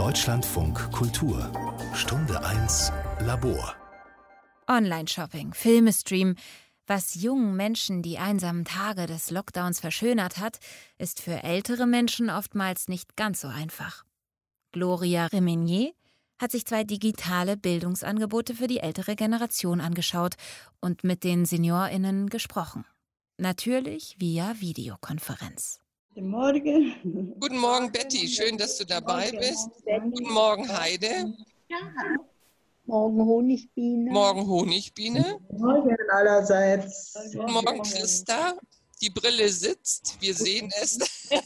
Deutschlandfunk Kultur. Stunde 1 Labor. Online-Shopping, Filmestream. Was jungen Menschen die einsamen Tage des Lockdowns verschönert hat, ist für ältere Menschen oftmals nicht ganz so einfach. Gloria Remenier hat sich 2 digitale Bildungsangebote für die ältere Generation angeschaut und mit den SeniorInnen gesprochen. Natürlich via Videokonferenz. Guten Morgen. Guten Morgen, Betty. Schön, dass du dabei bist. Guten Morgen, Heide. Ja. Morgen Honigbiene. Morgen Honigbiene. Morgen allerseits. Guten Morgen, Christa. Die Brille sitzt. Wir sehen es.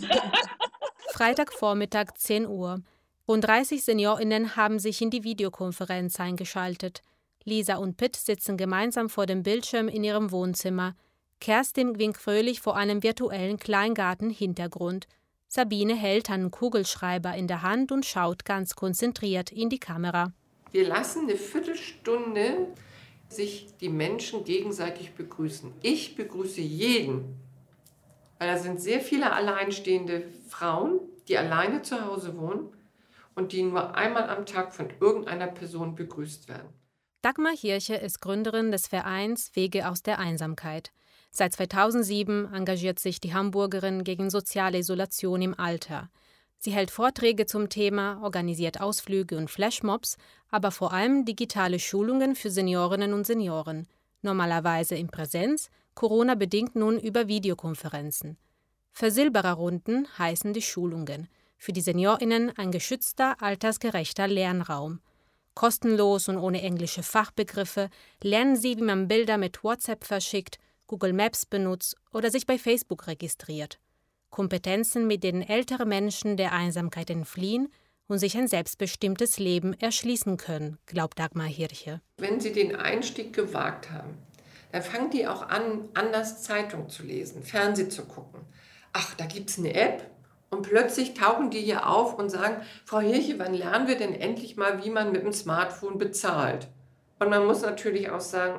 Freitagvormittag 10 Uhr. Rund 30 SeniorInnen haben sich in die Videokonferenz eingeschaltet. Lisa und Pitt sitzen gemeinsam vor dem Bildschirm in ihrem Wohnzimmer. Kerstin winkt fröhlich vor einem virtuellen Kleingarten-Hintergrund. Sabine hält einen Kugelschreiber in der Hand und schaut ganz konzentriert in die Kamera. Wir lassen eine Viertelstunde sich die Menschen gegenseitig begrüßen. Ich begrüße jeden, weil da sind sehr viele alleinstehende Frauen, die alleine zu Hause wohnen und die nur einmal am Tag von irgendeiner Person begrüßt werden. Dagmar Hirche ist Gründerin des Vereins Wege aus der Einsamkeit. Seit 2007 engagiert sich die Hamburgerin gegen soziale Isolation im Alter. Sie hält Vorträge zum Thema, organisiert Ausflüge und Flashmobs, aber vor allem digitale Schulungen für Seniorinnen und Senioren. Normalerweise in Präsenz, Corona-bedingt nun über Videokonferenzen. Versilbererrunden heißen die Schulungen. Für die SeniorInnen ein geschützter, altersgerechter Lernraum. Kostenlos und ohne englische Fachbegriffe lernen sie, wie man Bilder mit WhatsApp verschickt, Google Maps benutzt oder sich bei Facebook registriert. Kompetenzen, mit denen ältere Menschen der Einsamkeit entfliehen und sich ein selbstbestimmtes Leben erschließen können, glaubt Dagmar Hirche. Wenn sie den Einstieg gewagt haben, dann fangen die auch an, anders Zeitung zu lesen, Fernsehen zu gucken. Ach, da gibt es eine App und plötzlich tauchen die hier auf und sagen, Frau Hirche, wann lernen wir denn endlich mal, wie man mit dem Smartphone bezahlt? Und man muss natürlich auch sagen,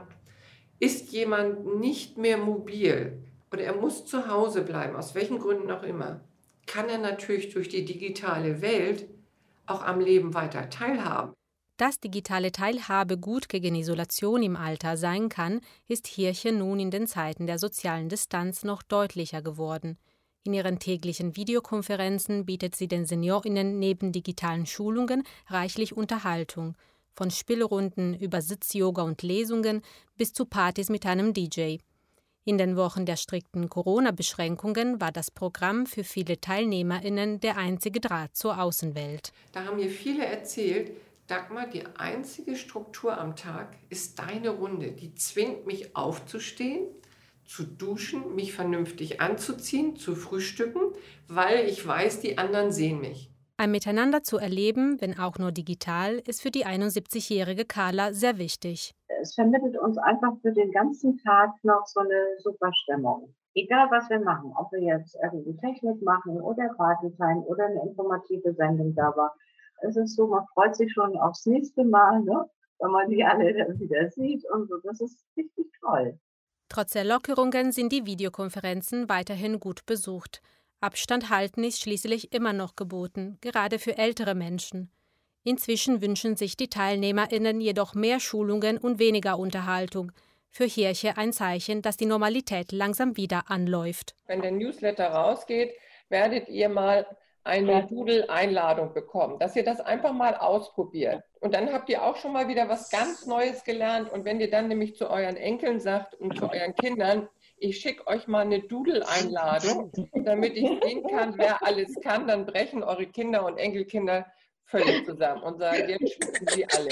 ist jemand nicht mehr mobil oder er muss zu Hause bleiben, aus welchen Gründen auch immer, kann er natürlich durch die digitale Welt auch am Leben weiter teilhaben. Dass digitale Teilhabe gut gegen Isolation im Alter sein kann, ist Hirche nun in den Zeiten der sozialen Distanz noch deutlicher geworden. In ihren täglichen Videokonferenzen bietet sie den SeniorInnen neben digitalen Schulungen reichlich Unterhaltung. Von Spielrunden über Sitz-Yoga und Lesungen bis zu Partys mit einem DJ. In den Wochen der strikten Corona-Beschränkungen war das Programm für viele TeilnehmerInnen der einzige Draht zur Außenwelt. Da haben mir viele erzählt, Dagmar, die einzige Struktur am Tag ist deine Runde. Die zwingt mich aufzustehen, zu duschen, mich vernünftig anzuziehen, zu frühstücken, weil ich weiß, die anderen sehen mich. Ein Miteinander zu erleben, wenn auch nur digital, ist für die 71-jährige Carla sehr wichtig. Es vermittelt uns einfach für den ganzen Tag noch so eine super Stimmung. Egal, was wir machen, ob wir jetzt irgendwie Technik machen oder Partytime oder eine informative Sendung da war. Es ist so, man freut sich schon aufs nächste Mal, ne? Wenn man die alle wieder sieht und so. Das ist richtig toll. Trotz der Lockerungen sind die Videokonferenzen weiterhin gut besucht. Abstand halten ist schließlich immer noch geboten, gerade für ältere Menschen. Inzwischen wünschen sich die TeilnehmerInnen jedoch mehr Schulungen und weniger Unterhaltung. Für Hirche ein Zeichen, dass die Normalität langsam wieder anläuft. Wenn der Newsletter rausgeht, werdet ihr mal eine Doodle-Einladung bekommen, dass ihr das einfach mal ausprobiert. Und dann habt ihr auch schon mal wieder was ganz Neues gelernt. Und wenn ihr dann nämlich zu euren Enkeln sagt und zu euren Kindern, ich schicke euch mal eine Doodle-Einladung, damit ich sehen kann, wer alles kann, dann brechen eure Kinder und Enkelkinder völlig zusammen und sagen, jetzt schwitzen sie alle.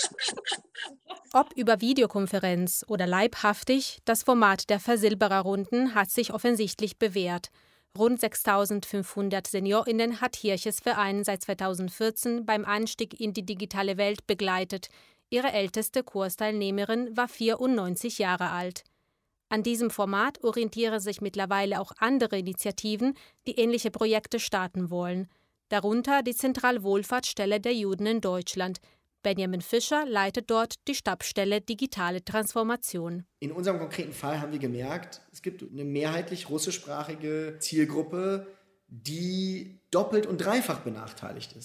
Ob über Videokonferenz oder leibhaftig, das Format der Versilbererrunden hat sich offensichtlich bewährt. Rund 6.500 SeniorInnen hat Hirches Verein seit 2014 beim Einstieg in die digitale Welt begleitet. Ihre älteste Kursteilnehmerin war 94 Jahre alt. An diesem Format orientieren sich mittlerweile auch andere Initiativen, die ähnliche Projekte starten wollen. Darunter die Zentralwohlfahrtsstelle der Juden in Deutschland. Benjamin Fischer leitet dort die Stabsstelle Digitale Transformation. In unserem konkreten Fall haben wir gemerkt, es gibt eine mehrheitlich russischsprachige Zielgruppe, die doppelt und dreifach benachteiligt ist.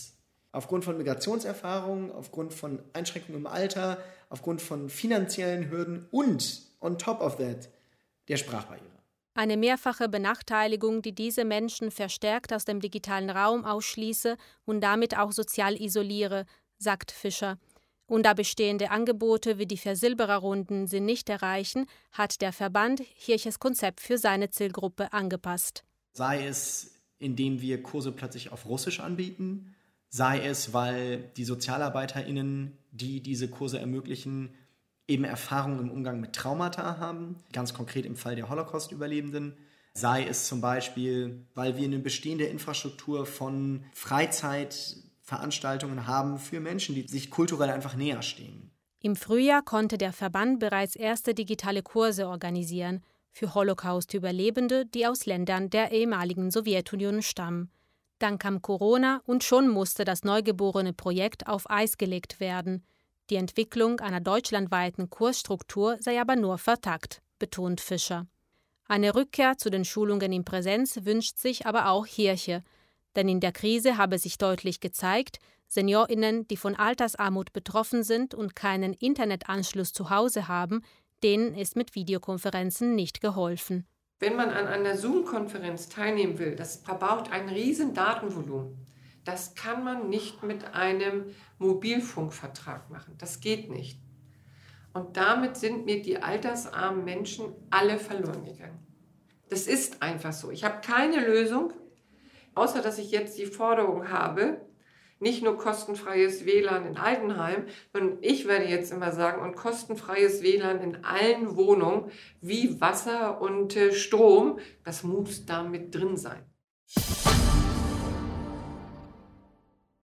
Aufgrund von Migrationserfahrungen, aufgrund von Einschränkungen im Alter, aufgrund von finanziellen Hürden und on top of that der Sprachbarriere. Eine mehrfache Benachteiligung, die diese Menschen verstärkt aus dem digitalen Raum ausschließe und damit auch sozial isoliere, sagt Fischer. Und da bestehende Angebote wie die Versilbererrunden sie nicht erreichen, hat der Verband Hirches Konzept für seine Zielgruppe angepasst. Sei es, indem wir Kurse plötzlich auf Russisch anbieten, sei es, weil die SozialarbeiterInnen, die diese Kurse ermöglichen, eben Erfahrungen im Umgang mit Traumata haben, ganz konkret im Fall der Holocaust-Überlebenden, sei es zum Beispiel, weil wir eine bestehende Infrastruktur von Freizeitveranstaltungen haben für Menschen, die sich kulturell einfach näher stehen. Im Frühjahr konnte der Verband bereits erste digitale Kurse organisieren für Holocaust-Überlebende, die aus Ländern der ehemaligen Sowjetunion stammen. Dann kam Corona und schon musste das neugeborene Projekt auf Eis gelegt werden. Die Entwicklung einer deutschlandweiten Kursstruktur sei aber nur vertagt, betont Fischer. Eine Rückkehr zu den Schulungen in Präsenz wünscht sich aber auch Hirche. Denn in der Krise habe sich deutlich gezeigt, SeniorInnen, die von Altersarmut betroffen sind und keinen Internetanschluss zu Hause haben, denen ist mit Videokonferenzen nicht geholfen. Wenn man an einer Zoom-Konferenz teilnehmen will, das verbraucht ein riesen Datenvolumen. Das kann man nicht mit einem Mobilfunkvertrag machen. Das geht nicht. Und damit sind mir die altersarmen Menschen alle verloren gegangen. Das ist einfach so. Ich habe keine Lösung, außer dass ich jetzt die Forderung habe, nicht nur kostenfreies WLAN in Altenheim, sondern ich werde jetzt immer sagen, und kostenfreies WLAN in allen Wohnungen wie Wasser und Strom, das muss da mit drin sein.